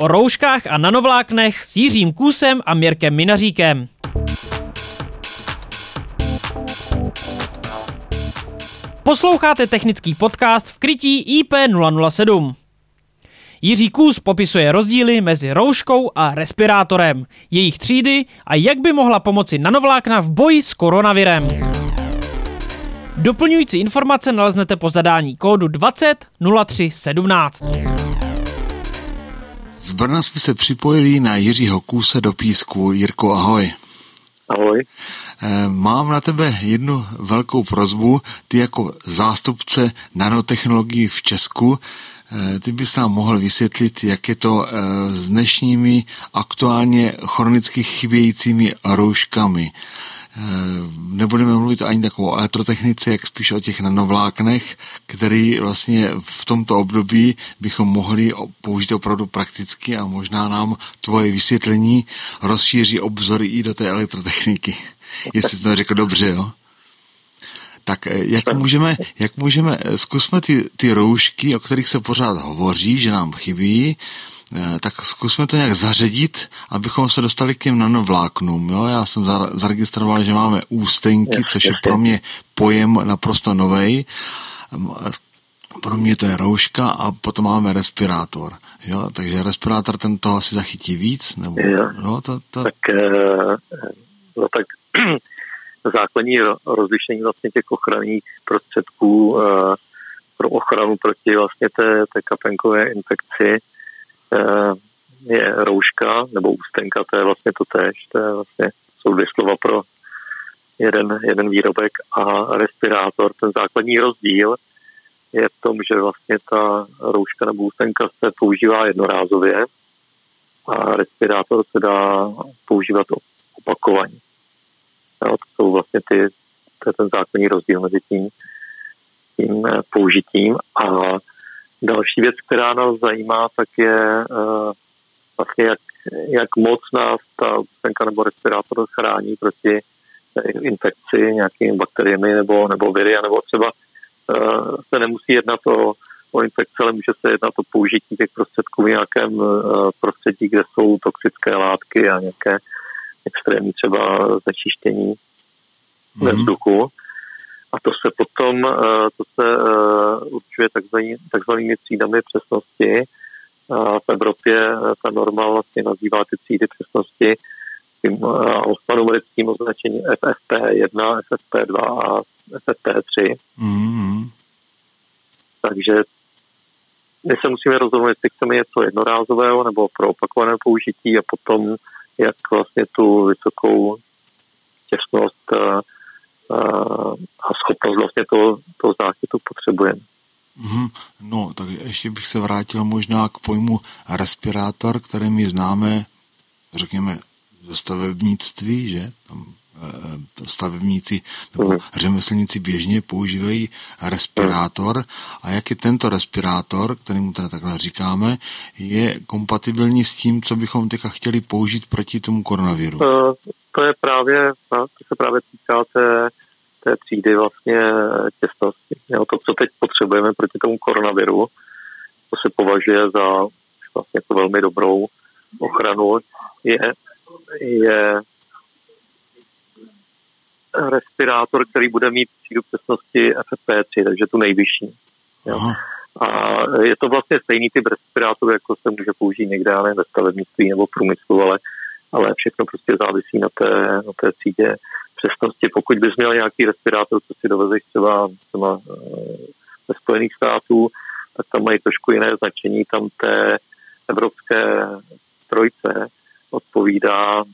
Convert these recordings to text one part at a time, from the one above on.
O rouškách a nanovláknech s Jiřím Kůsem a Mirkem Minaříkem. Posloucháte technický podcast v krytí IP007. Jiří Kůs popisuje rozdíly mezi rouškou a respirátorem, jejich třídy a jak by mohla pomoci nanovlákna v boji s koronavirem. Doplňující informace naleznete po zadání kódu 20 03 17. Z Brna jsme se připojili na Jiřího Kůse do Písku. Jirko, ahoj. Ahoj. Mám na tebe jednu velkou prosbu. Ty jako zástupce nanotechnologií v Česku, ty bys nám mohl vysvětlit, jak je to s dnešními aktuálně chronicky chybějícími rouškami. Nebudeme mluvit ani takovou o elektrotechnice, jak spíš o těch nanovláknech, který vlastně v tomto období bychom mohli použít opravdu prakticky a možná nám tvoje vysvětlení rozšíří obzory i do té elektrotechniky. Jestli to řekl dobře, jo? Tak jak můžeme, zkusme ty roušky, o kterých se pořád hovoří, že nám chybí, tak zkusme to nějak zařadit, abychom se dostali k těm nanovláknům. Jo? Já jsem zaregistroval, že máme ústenky, což je pro mě pojem naprosto novej. Pro mě to je rouška a potom máme respirátor. Jo? Takže respirátor ten toho asi zachytí víc? Nebo, jo, Tak základní rozlišení vlastně těch ochranných prostředků pro ochranu proti vlastně té kapénkové infekci je rouška nebo ústenka, to je vlastně to též, to je vlastně, jsou dvě slova pro jeden výrobek a respirátor. Ten základní rozdíl je v tom, že vlastně ta rouška nebo ústenka se používá jednorázově a respirátor se dá používat opakovaně. Jo, to jsou vlastně to je ten základní rozdíl mezi tím použitím. A další věc, která nás zajímá, tak je vlastně jak moc nás ta ústenka nebo respirátor chrání proti infekci nějakými bakteriemi nebo viry, nebo třeba se nemusí jednat o infekce, ale může se jednat o použití těch prostředků v nějakém prostředí, kde jsou toxické látky a nějaké extrémní třeba znečištění ve vzduchu. A to se potom určuje takzvanými třídami přesnosti. V Evropě ta norma vlastně nazývá ty třídy přesnosti alfanumerickým označením FFP1, FFP2 a FFP3. Takže my se musíme rozhodnout, jestli chceme něco jednorázového nebo pro opakované použití a potom jak vlastně tu vysokou těsnost a schopnost vlastně toho záchytu potřebujeme. No, tak ještě bych se vrátil možná k pojmu respirátor, který my známe, řekněme, ze stavebnictví, že? Tam stavebníci nebo řemeslníci běžně používají respirátor a jak je tento respirátor, kterému teda takhle říkáme, je kompatibilní s tím, co bychom teďka chtěli použít proti tomu koronaviru? To se právě týká té třídy vlastně těsnosti. To, co teď potřebujeme proti tomu koronaviru, to se považuje za vlastně jako velmi dobrou ochranu, je respirátor, který bude mít třídu přesnosti FFP3, takže tu nejvyšší. A je to vlastně stejný typ respirátorů, jako se může použít někde ve stavebnictví nebo průmyslu, ale všechno prostě závisí na té třídě přesnosti. Pokud bys měl nějaký respirátor, co si dovezeš třeba ze Spojených států, tak tam mají trošku jiné značení. Tam té evropské trojce odpovídá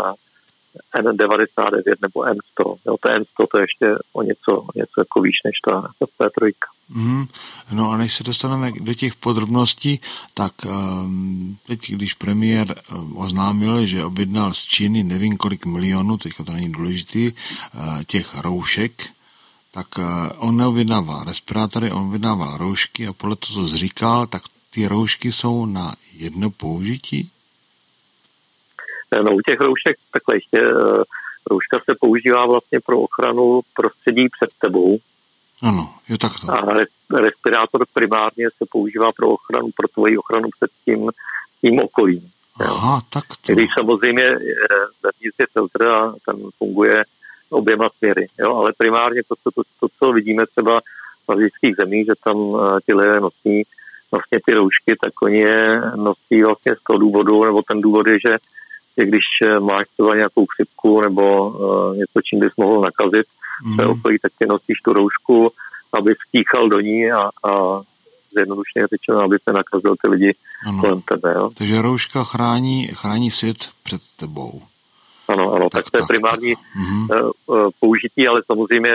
N99 nebo N100. Jo, to N100 to je ještě o něco jako výš než ta FP3. No a než se dostaneme do těch podrobností, tak teď, když premiér oznámil, že objednal z Číny nevím kolik milionů, teďka to není důležitý, těch roušek, tak on neobjednával respirátory, on objednával roušky a podle toho, co říkal, tak ty roušky jsou na jedno použití? No, u těch roušek takhle ještě rouška se používá vlastně pro ochranu prostředí před tebou. Ano, je takto. A respirátor primárně se používá pro tvoji ochranu před tím tím okolím. Aha, tak to. Když samozřejmě vevnitř je filtr a ten funguje oběma směry, jo? Ale primárně to, co vidíme třeba v azijských zemích, že tam ti lidé nosí vlastně ty roušky, tak oni je nosí vlastně z toho důvodu, nebo ten důvod je, že když máš třeba nějakou chřipku nebo něco, čím bys mohl nakazit okolí, tak ty nosíš tu roušku, aby vtíchal do ní a zjednodušeně řečeno, aby se nakazil ty lidi kolem tebe. Jo? Takže rouška chrání svět před tebou. Ano, tak to je primární použití, ale samozřejmě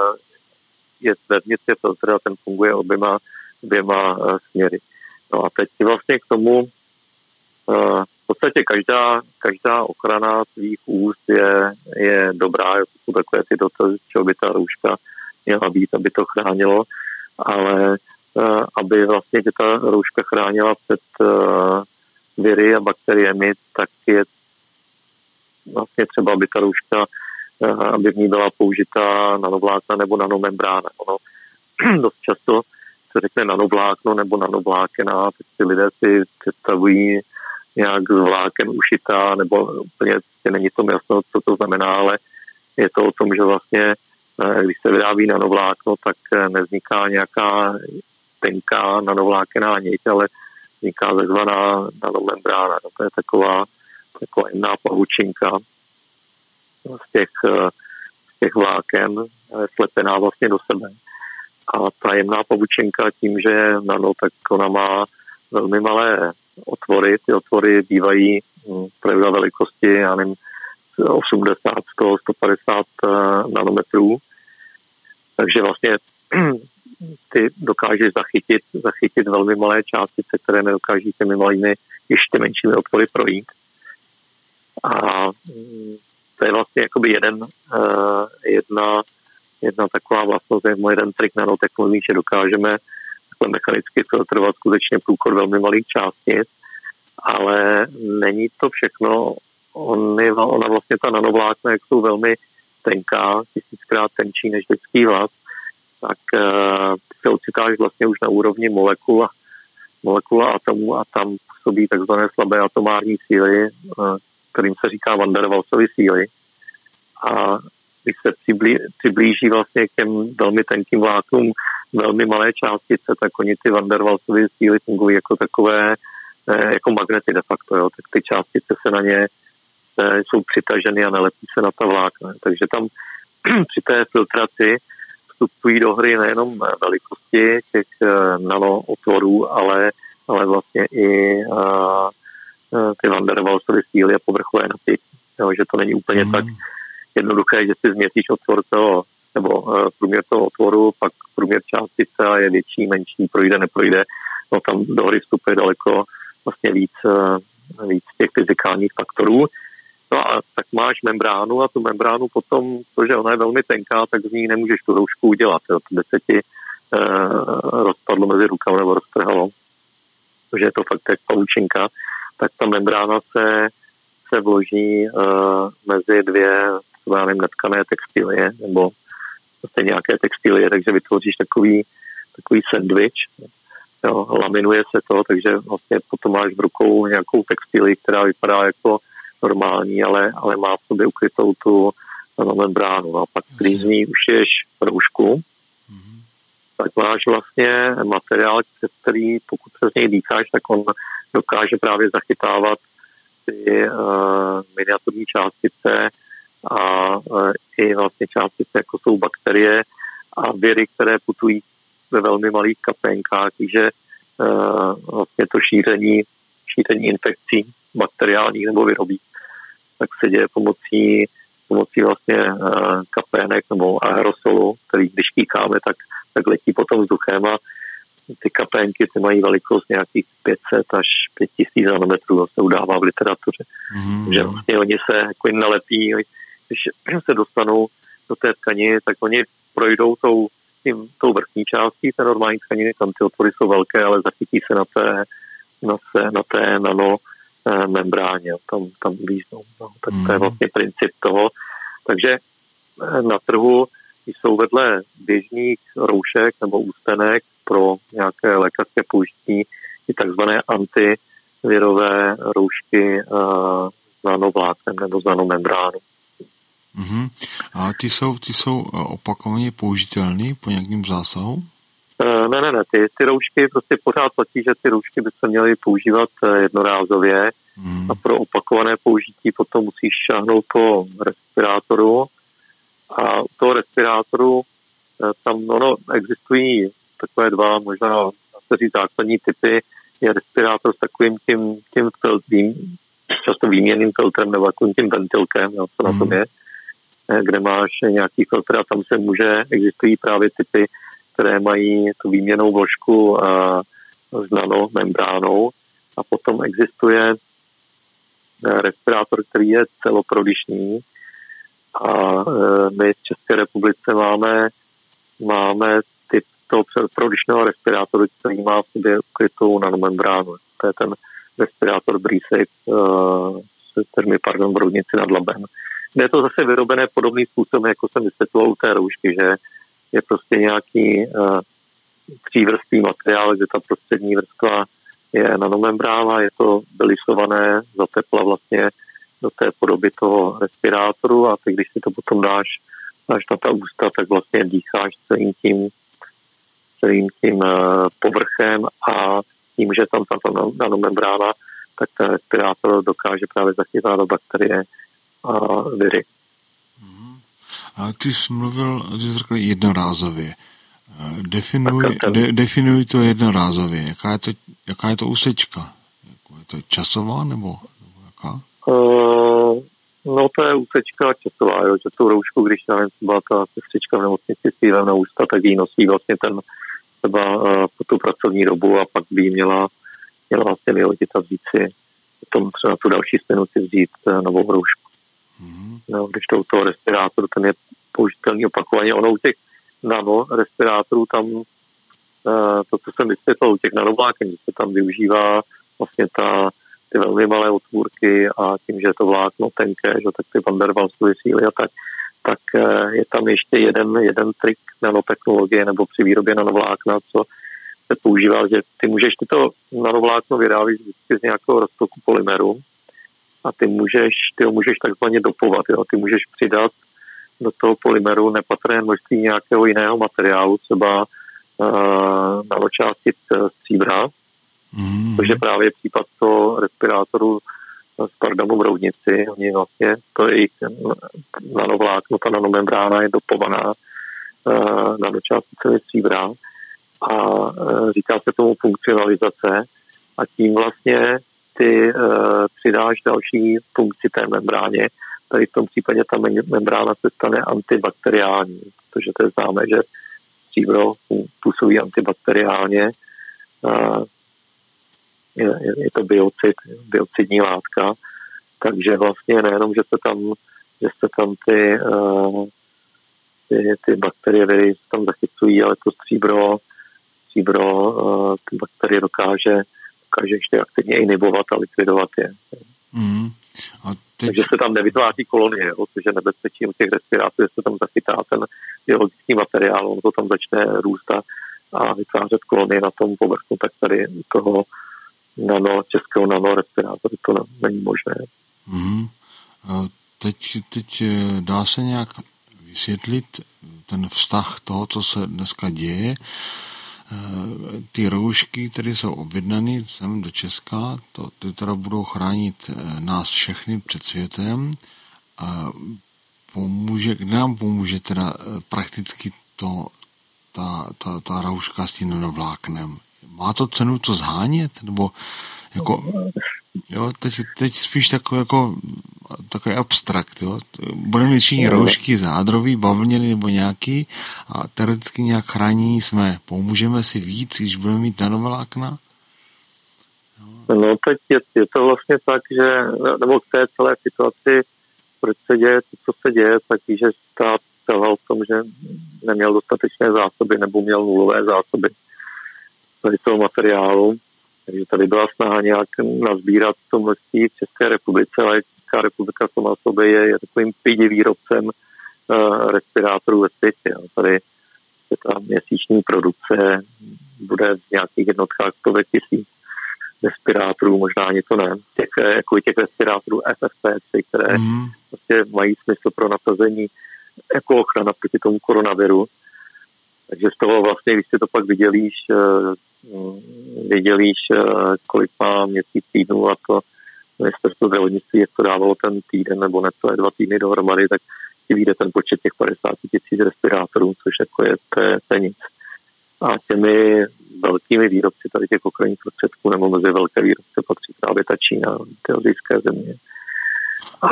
je vevnitř je filtr a ten funguje oběma směry. No a teď vlastně k tomu v podstatě každá ochrana svých úst je dobrá, to jsou takové ty dotazy, čeho by ta rouška měla být, aby to chránilo, ale aby vlastně ta rouška chránila před viry a bakteriemi, tak je vlastně třeba, aby ta rouška, aby v ní byla použitá nanovlákna nebo nanomembrána. Ono dost často se řekne nanovlákno nebo nanovlákena, teď si lidé si představují nějak z vláken ušitá, nebo úplně není tomu jasno, co to znamená, ale je to o tom, že vlastně, když se vyrábí nanovlákno, tak nevzniká nějaká tenká nanovlákená niť, ale vzniká takzvaná nanomembrána. No, to je taková jemná pavučinka z těch vláken, slepená vlastně do sebe. A ta jemná pavučinka tím, že je nano, tak ona má velmi malé otvory. Ty otvory bývají pravidla velikosti, já nevím, 80, 100, 150 nanometrů. Takže vlastně ty dokážeš zachytit velmi malé částice, které nedokáží těmi malými, ještě menšími otvory projít. A to je vlastně jakoby jedna taková vlastnost, jeden trik nanotechnologií, že dokážeme takhle mechanicky filtrovat skutečně průchod velmi malých částic, ale není to všechno. Ona vlastně ta nanovlákna, jak jsou velmi tenká, 1000krát tenčí než lidský vlas, tak se ocitáš vlastně už na úrovni molekula atomu a tam působí takzvané slabé atomární síly, kterým se říká Van der Waalsovy síly. A když se přiblíží vlastně k těm velmi tenkým vláknům velmi malé částice, tak oni ty Van der Waalsovy síly fungují jako takové, jako magnety de facto, jo. Tak ty částice se na ně jsou přitaženy a nelepí se na ta vlákna. Takže tam při té filtraci vstupují do hry nejenom velikosti těch nanootvorů, ale vlastně i ty Van der Waalsovy síly a povrchové napětí. Že to není úplně tak jednoduché, že si změříš otvor toho, nebo průměr toho otvoru, pak průměr částice a je větší, menší, projde, neprojde. No tam do hry vstupuje daleko vlastně víc těch fyzikálních faktorů. No a tak máš membránu a tu membránu potom, protože ona je velmi tenká, tak z ní nemůžeš tu roušku udělat. Jo. To by se ti rozpadlo mezi rukama nebo roztrhalo. Protože je to fakt jak pavučinka. Tak ta membrána se vloží mezi dvě, já nevím, netkané textilie nebo vlastně nějaké textilie, takže vytvoříš takový sandwich. Jo, laminuje se to, takže vlastně potom máš v rukou nějakou textilii, která vypadá jako normální, ale má v sobě ukrytou tu membránu. A pak když z ní ušiješ roušku, tak máš vlastně materiál, který pokud se z něj dýcháš, tak on dokáže právě zachytávat ty miniaturní částice a i vlastně částice, jako jsou bakterie a viry, které putují ve velmi malých kapénkách, takže vlastně to šíření infekcí bakteriálních nebo virových, tak se děje pomocí vlastně kapének nebo aerosolu, který když kýcháme, tak letí potom vzduchem a ty kapénky ty mají velikost nějakých 500 až 5000 nanometrů, se udává v literatuře. Že vlastně oni se jako nalepí, když se dostanou do té tkaniny, tak oni projdou tou vrchní částí té normální tkaniny, tam ty otvory jsou velké, ale zachytí se na té nano membráně, tam líznou. No. Tak to je vlastně princip toho. Takže na trhu jsou vedle běžných roušek nebo ústenek pro nějaké lékařské použití i takzvané virové roušky s nanovláknem nebo s nanomembránou. Mm-hmm. A ty jsou opakovaně použitelné po nějakým zásahu? Ne. Ty roušky prostě pořád platí, že ty roušky by se měly používat jednorázově a pro opakované použití potom musíš šáhnout po respirátoru a u toho respirátoru tam existují takové dva možná základní typy. Je respirátor s takovým tím filtrem, často výměnným filtrem nebo takovým tím ventilkem, co na tom je, kde máš nějaký filtr a tam existují právě typy, které mají tu výměnnou vložku s nanomembránou a potom existuje respirátor, který je celoprodyšný a my v České republice máme typ toho prodyšného respirátoru, který má v sobě ukrytou nanomembránu. To je ten respirátor BreeSafe s firmy v Roudnici nad Labem. Je to zase vyrobené podobným způsobem, jako jsem vysvětloval u té roušky, že je prostě nějaký třívrstvý materiál, kde ta prostřední vrstva je nanomembrána, je to vylisované za tepla vlastně do té podoby toho respirátoru a ty, když si to potom dáš na ta ústa, tak vlastně dýcháš celým tím povrchem a tím, že tam ta nanomembrána, tak ten respirátor dokáže právě zachytávat bakterie a viry. A ty jsi řekl jednorázově. Definuj to jednorázově. Jaká je to úsečka? Je to časová nebo jaká? To je úsečka časová, jo, že tu roušku, když třeba ta sestřička v nemocnici si na ústa, tak ji nosí vlastně třeba po tu pracovní dobu a pak by ji měla vlastně vyhodit a vzít si potom třeba tu další směnu si vzít novou roušku. No, když toho respirátoru, ten je použitelný opakovaně. Ono u těch nanorespirátorů tam to, co jsem vysvětlil, u těch nanovláken, že se tam využívá vlastně ty velmi malé otvůrky a tím, že je to vlákno tenké, že tak ty Van der Waalsovy síly a tak je tam ještě jeden trik nanotechnologie nebo při výrobě nanovlákna, co se používá, že ty můžeš tyto nanovlákno vyrábět z nějakého roztoku polymeru a ty ho můžeš takzvaně dopovat. Jo? Ty můžeš přidat do toho polymeru nepatrné množství nějakého jiného materiálu, třeba nanočástic stříbra, což je právě případ toho respirátoru z Pardamu v Roudnici. Oni vlastně, to je jejich nanovlákno, ta nanomembrána je dopovaná nanočásticemi stříbra a říká se tomu funkcionalizace a tím vlastně ty přidáš další funkci té membráně. Tady v tom případě ta membrána se stane antibakteriální, protože to je známé, že stříbro působí antibakteriálně. Je to biocidní látka, takže vlastně nejenom, že se tam ty bakterie viry tam zachycují, ale to stříbro ty bakterie dokáže ještě aktivně inhibovat a likvidovat je. Takže se tam nevytváří kolonie, což je nebezpečí u těch respirátorů, že se tam zachytá ten biologický materiál, on to tam začne růst a vytvářet kolonie na tom povrchu, tak tady u toho českého nanorespirátoru to není možné. Teď dá se nějak vysvětlit ten vztah toho, co se dneska děje. Ty roušky, které jsou objednané sem do Česka, ty teda budou chránit nás všechny před světem. Kde nám pomůže teda prakticky ta rouška s tím nanovláknem? Má to cenu to zhánět? Nebo jako, jo, teď spíš takový abstrakt, jo. Budeme mít všichni roušky zádrový, bavlněný nebo nějaký a teoreticky nějak chránění jsme. Pomůžeme si víc, když budeme mít nanovlákna? No teď je to vlastně tak, že nebo k té celé situaci, proč se děje to, co se děje, tak že stát selhal v tom, že neměl dostatečné zásoby nebo měl nulové zásoby tady toho materiálu. Takže tady byla snaha nějak nazbírat to množství v České republice, ale Česká republika sama sobě je takovým pidi výrobcem respirátorů ve světě. Tady je ta měsíční produkce bude v nějakých jednotkách stovek tisíc. respirátorů, možná ani to ne, těch respirátorů FFP3, které vlastně mají smysl pro nasazení jako ochrana proti tomu koronaviru. Takže z toho vlastně, když si to pak vydělíš, kolik má měsíc týdnů a to ministerstvo zdravotnictví, jak to dávalo ten týden nebo necelé 2 týdny dohromady, tak ti vyjde ten počet těch 50 000 respirátorů, což jako to je nic. A těmi velkými výrobci tady těch ochranných prostředků nebo mezi velké výrobce patří právě ta Čína, ty asijské země. A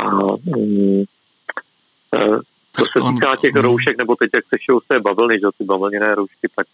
co se týká těch roušek, nebo teď jak se šel z té bavlny, že ty bavlněné roušky, tak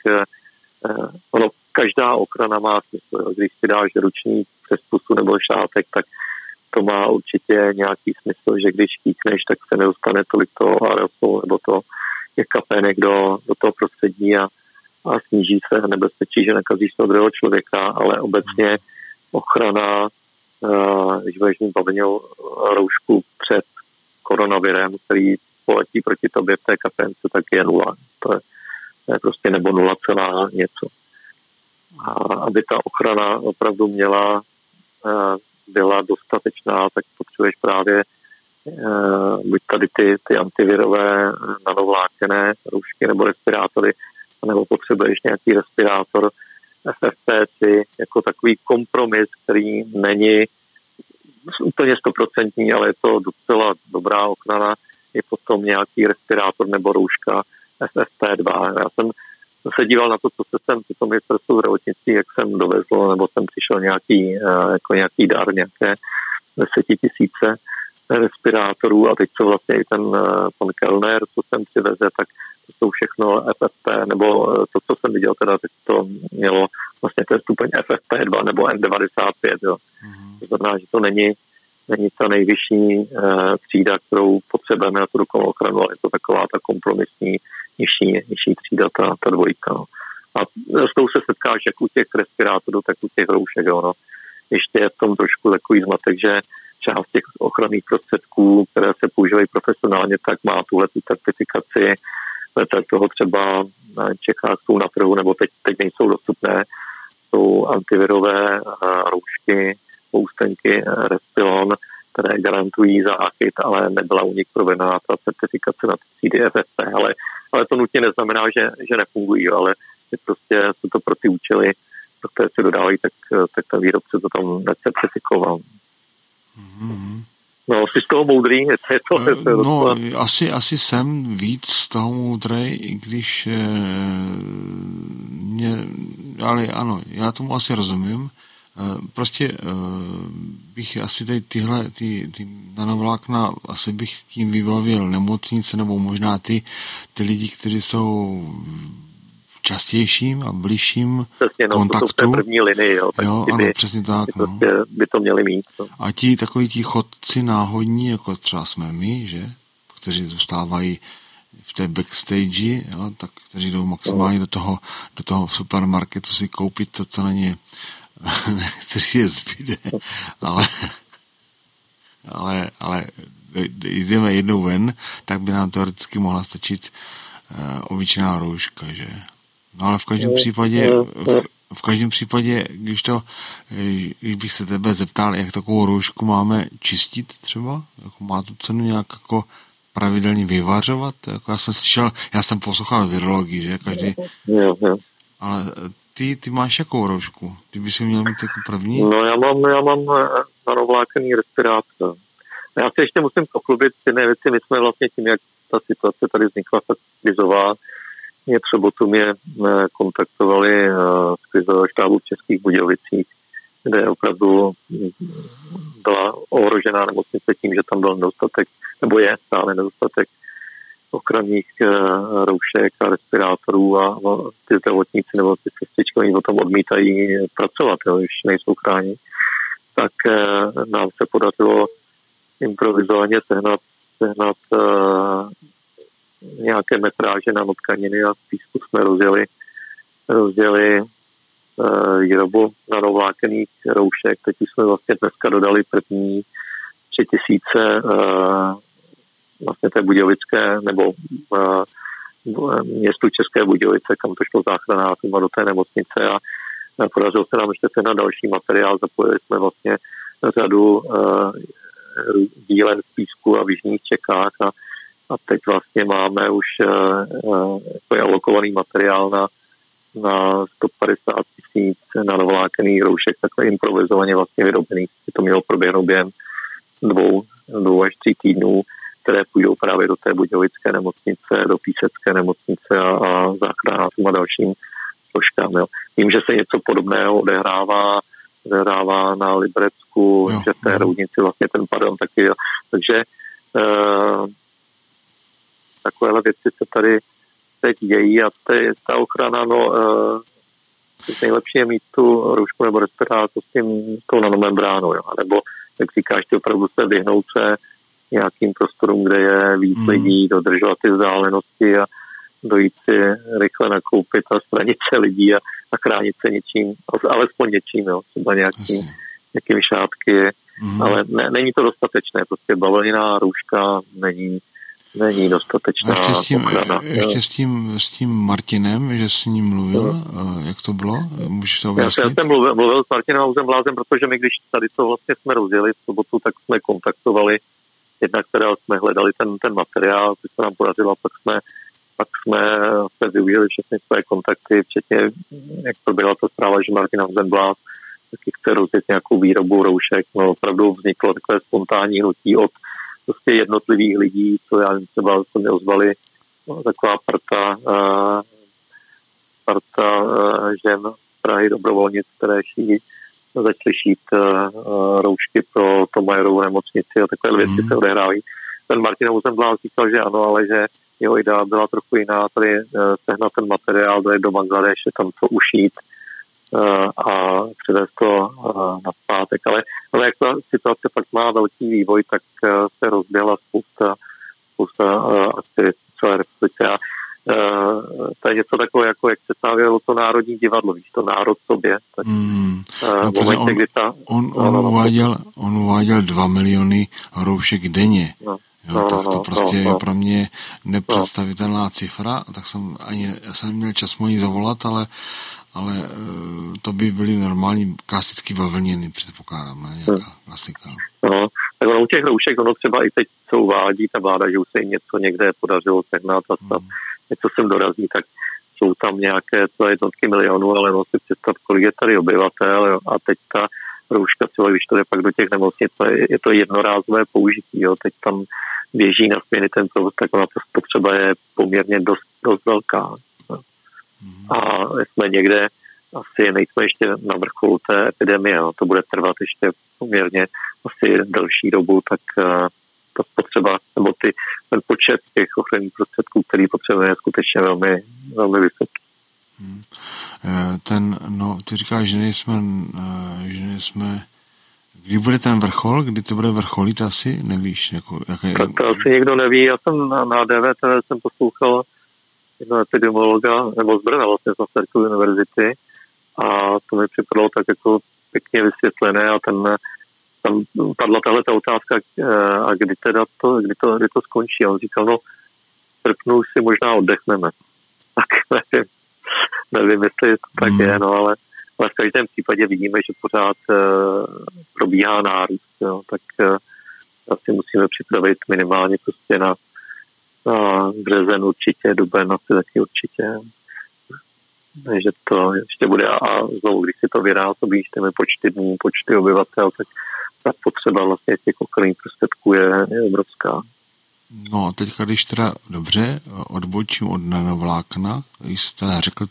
každá ochrana má smysl. Když si dáš ručník přes pusu nebo šátek, tak to má určitě nějaký smysl, že když kýkneš, tak se nedostane tolik toho aerosolu nebo to je kapének do toho prostředí a sníží se nebezpečí, že nakazíš toho druhého člověka, ale obecně ochrana, když budeš mít bavlněnou roušku před koronavirem, který poletí proti tobě v té kapénce, tak je 0. To je prostě nebo 0, něco. A aby ta ochrana opravdu byla dostatečná, tak potřebuješ právě buď tady ty antivirové nanovlákené roušky nebo respirátory, nebo potřebuješ nějaký respirátor FFP3 jako takový kompromis, který není úplně 100%, ale je to docela dobrá ochrana, je potom nějaký respirátor nebo rouška FFP2. Já jsem se díval na to, co se sem při tom ministerstvu zdravotnictví, jak jsem dovezl, nebo jsem přišel nějaký dar, nějaké 10 000 respirátorů a teď co vlastně i ten pan Kellner, co jsem přiveze, tak to jsou všechno FFP, nebo to, co jsem viděl, teda teď to mělo vlastně ten stupeň FFP2 nebo N95, jo. To znamená, že to není ta nejvyšší třída, kterou potřebujeme na tu rukovou ochranu, ale je to taková ta kompromisní nižší třída, ta dvojka. No. A s tou se setkáš jak u těch respirátorů, tak u těch roušek. Jo, no. Ještě je v tom trošku takový zmatek, že část těch ochranných prostředků, které se používají profesionálně, tak má tuhle certifikaci, toho třeba v Čechách jsou na trhu, nebo teď nejsou dostupné, jsou antivirové roušky, poustenky Respilon, které garantují záchyt, ale nebyla u nich provedena ta certifikace na třídy FFP, ale to nutně neznamená, že nefungují, ale prostě se to pro ty účely, pro které se dodávají, tak ten výrobce to tam necertifikoval. No, jsi z toho moudrý? Je to asi jsem víc z toho moudrej, i když ale ano, já tomu asi rozumím. Prostě bych asi tady ty nanovlákna, asi bych tím vybavil nemocnice, nebo možná ty lidi, kteří jsou v častějším a bližším kontaktu. To jsou v té první linii, jo. Jo, ano, přesně tak. No. Prostě by to měli mít. No. A takoví ti chodci náhodní, jako třeba jsme my, že? Kteří zůstávají v té backstage, jo, tak kteří jdou maximálně do toho supermarketu si koupit to, co na ně nechceš je zbyde, ale jdeme jednou ven, tak by nám teoreticky mohla stačit obyčejná rouška, že? No ale v každém případě, když bych se tebe zeptal, jak takovou roušku máme čistit třeba, jako má tu cenu nějak jako pravidelně vyvařovat, jako já jsem poslouchal virologii, že? Každý, ale ty máš jakou roušku? Ty bys si měl mít jako první? No já mám nanovlákený respirátor. Já se ještě musím pochlubit jedné věci. My jsme vlastně tím, jak ta situace tady vznikla, tak krizová. Mě v sobotu kontaktovali z krizového štábu v Českých Budějovicích, kde opravdu byla ohrožená nemocnice tím, že tam byl nedostatek, nebo je stále nedostatek ochranných roušek a respirátorů a ty zdravotníci nebo ty sestřičky, oni o tom odmítají pracovat, jo, když nejsou chráněni. Tak nám se podařilo improvizovaně sehnat nějaké metráže na tkaniny a z písku jsme rozdělili výrobu nanovlákených roušek. Teď už jsme vlastně dneska dodali první 3000 vlastně té Budějovické nebo městu České Budějovice, kam to šlo záchranářům a do té nemocnice a Podařilo se nám ještě sehnat další materiál, zapojili jsme vlastně řadu dílen z písku a v jižních Čechách a teď vlastně máme už alokovaný materiál na 150 000 nanovlákených roušek, takhle improvizovaně vlastně vyrobených. To mělo proběhnout během 2 až 3 týdnů, které půjdou právě do té budějovické nemocnice, do písecké nemocnice a záchranářům a dalším složkám. Jo. Vím, že se něco podobného odehrává na Liberecku, že v té Roudnici vlastně ten pardon taky. Jo. Takže takovéhle věci se tady teď dějí a ta ochrana, nejlepší je mít tu roušku nebo respirátor s tou nanomembránou, jo. A nebo, jak říkáš, ty opravdu se vyhnout se nějakým prostorům, kde je víc lidí, dodržovat ty vzdálenosti a dojít si rychle nakoupit a stranit se lidí a chránit se něčím, alespoň něčím, jo, třeba nějakými šátky, ale není to dostatečné, prostě bavlněná rouška není dostatečná ochrana. Ještě s tím Martinem, že jsi s ním mluvil, jak to bylo? Můžeš to objasnit? Já jsem mluvil s Martinem Hausem-Blázem, protože my, když tady to vlastně jsme rozjeli v sobotu, tak jsme kontaktovali jednak teda jsme hledali ten materiál, co se nám podařilo, pak jsme využili všechny své kontakty, včetně, jak proběhla ta zpráva, že Martin Hausem-Bláz taky chce rozjet nějakou výrobu roušek. No, opravdu vzniklo takové spontánní hnutí od prostě jednotlivých lidí, co já třeba se mi ozvali taková parta žen z Prahy dobrovolnic, které začaly šít roušky pro Tomajerovu nemocnici a takové věci se odehrávají. Ten Martin Hausem-Bláz říkal, že ano, ale že jeho idea byla trochu jiná, tady sehnat ten materiál, dojít do Bangladeše, tam to ušít a přivést to na zpátek. Ale jak ta situace pak má velký vývoj, tak se rozběhla spousta aktivit v celé republice. A to je něco takové, jako jak se stavělo to Národní divadlo, víš, to národ sobě. Tak, on uváděl 2 miliony roušek denně. To prostě je pro mě nepředstavitelná cifra, tak já jsem neměl čas mu ní zavolat, ale to by byly normální klasicky bavlněny, předpokládám, ne? Nějaká klasika. No, tak u těch roušek, třeba i teď, co uvádí ta vláda, že už se jim něco někde podařilo sehnat a něco sem dorazí, tak jsou tam nějaké jednotky milionů, ale si představ, kolik je tady obyvatel, jo? A teď ta rouška, třeba když to jde pak do těch nemocnic, je to jednorázové použití, jo? Teď tam běží na směny ten provoz, tak ona ta spotřeba je poměrně dost velká. A jsme někde, asi nejsme ještě na vrcholu té epidemie, to bude trvat ještě poměrně asi delší dobu, tak ta spotřeba, nebo ten počet těch ochranných prostředků, který potřebujeme, je skutečně velmi, velmi vysoký. Ty říkáš, že nejsme kdy bude ten vrchol, kdy to bude vrcholit, asi nevíš? Tak to asi někdo neví. Já jsem na DVTV jsem poslouchal jednoho epidemiologa, nebo z Brna vlastně z Masarykovy univerzity a to mi připadalo tak jako pěkně vysvětlené a tam padla tahleta otázka, a kdy to skončí. A on říkal, srpnu už si možná oddechneme. Tak nevím, jestli to tak je, ale v každém případě vidíme, že pořád probíhá nárůst, jo, tak asi musíme připravit minimálně prostě na březen určitě, duben asi taky určitě. Takže to ještě bude a znovu, když si to vynásobíš těmi počty dnů, počty obyvatel, tak ta potřeba vlastně těch ochranných prostředků je obrovská. No a teďka, když teda dobře odbočím od nanovlákna, když jsi teda řekl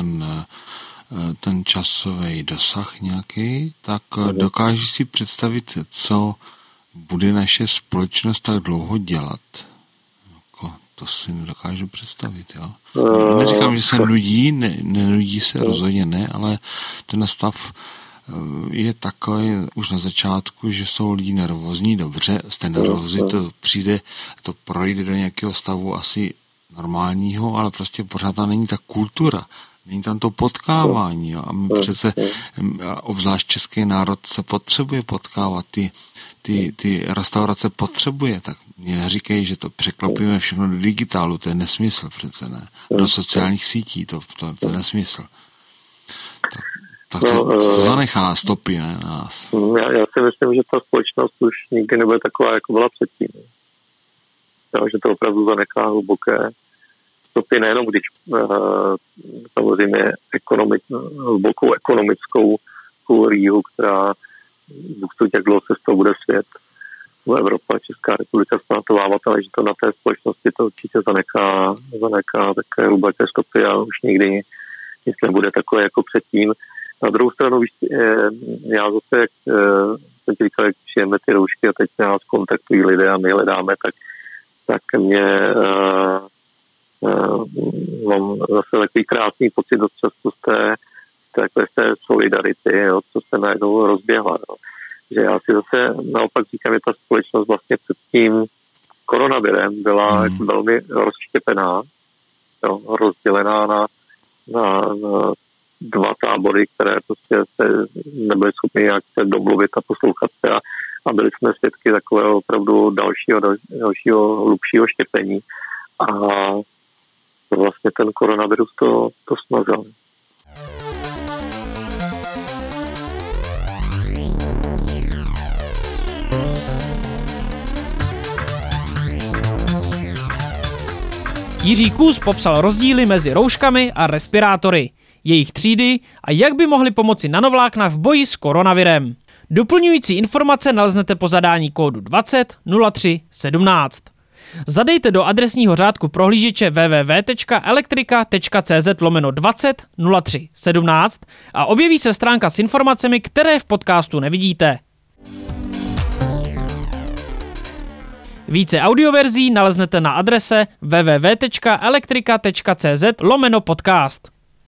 ten časový dosah nějaký, tak dokážeš si představit, co bude naše společnost tak dlouho dělat? To si nedokážu představit, jo. Neříkám, že se nudí, nenudí se, rozhodně ne, ale ten stav je takový už na začátku, že jsou lidi nervózní, dobře, z té nervózy to projde do nějakého stavu asi normálního, ale prostě pořád tam není ta kultura, není tam to potkávání, jo. A my přece, obzvlášť český národ se potřebuje potkávat, ty restaurace potřebuje, tak mě neříkej, že to překlopíme všechno do digitálu, to je nesmysl přece, ne? Do sociálních sítí, to je nesmysl. Tak to zanechá stopy, ne, na nás. Já si myslím, že ta společnost už nikdy nebude taková, jako byla předtím. Že to opravdu zanechá hluboké stopy, nejenom když samozřejmě hlubokou ekonomickou rýhu, která Bůh jak dlouho se z toho bude svět, Evropa, Česká republika zpamatovat, ale že to na té společnosti to určitě zanechá také hluboké stopy a už nikdy nic nebude takové jako předtím. Na druhou stranu, já zase, jak jsem ti říkal, jak přijeme ty roušky a teď nás kontaktují lidé a my hledáme, tak mě mám zase takový krásný pocit dost často z té solidarity, jo, co se najednou rozběhla. Jo. Že já si zase naopak říkám, že ta společnost vlastně před tím koronavirem byla jako velmi rozštěpená, jo, rozdělená na dva tábory, které prostě se nebyly schopni nějak se domluvit a poslouchat se a byli jsme svědky takového opravdu dalšího hlubšího štěpení a vlastně ten koronavirus to smazal. Jiří Kůz popsal rozdíly mezi rouškami a respirátory, jejich třídy a jak by mohly pomoci nanovlákna v boji s koronavirem. Doplňující informace naleznete po zadání kódu 20 03 17. Zadejte do adresního řádku prohlížeče www.elektrika.cz/20 03 17 a objeví se stránka s informacemi, které v podcastu nevidíte. Více audioverzí naleznete na adrese www.elektrika.cz/podcast.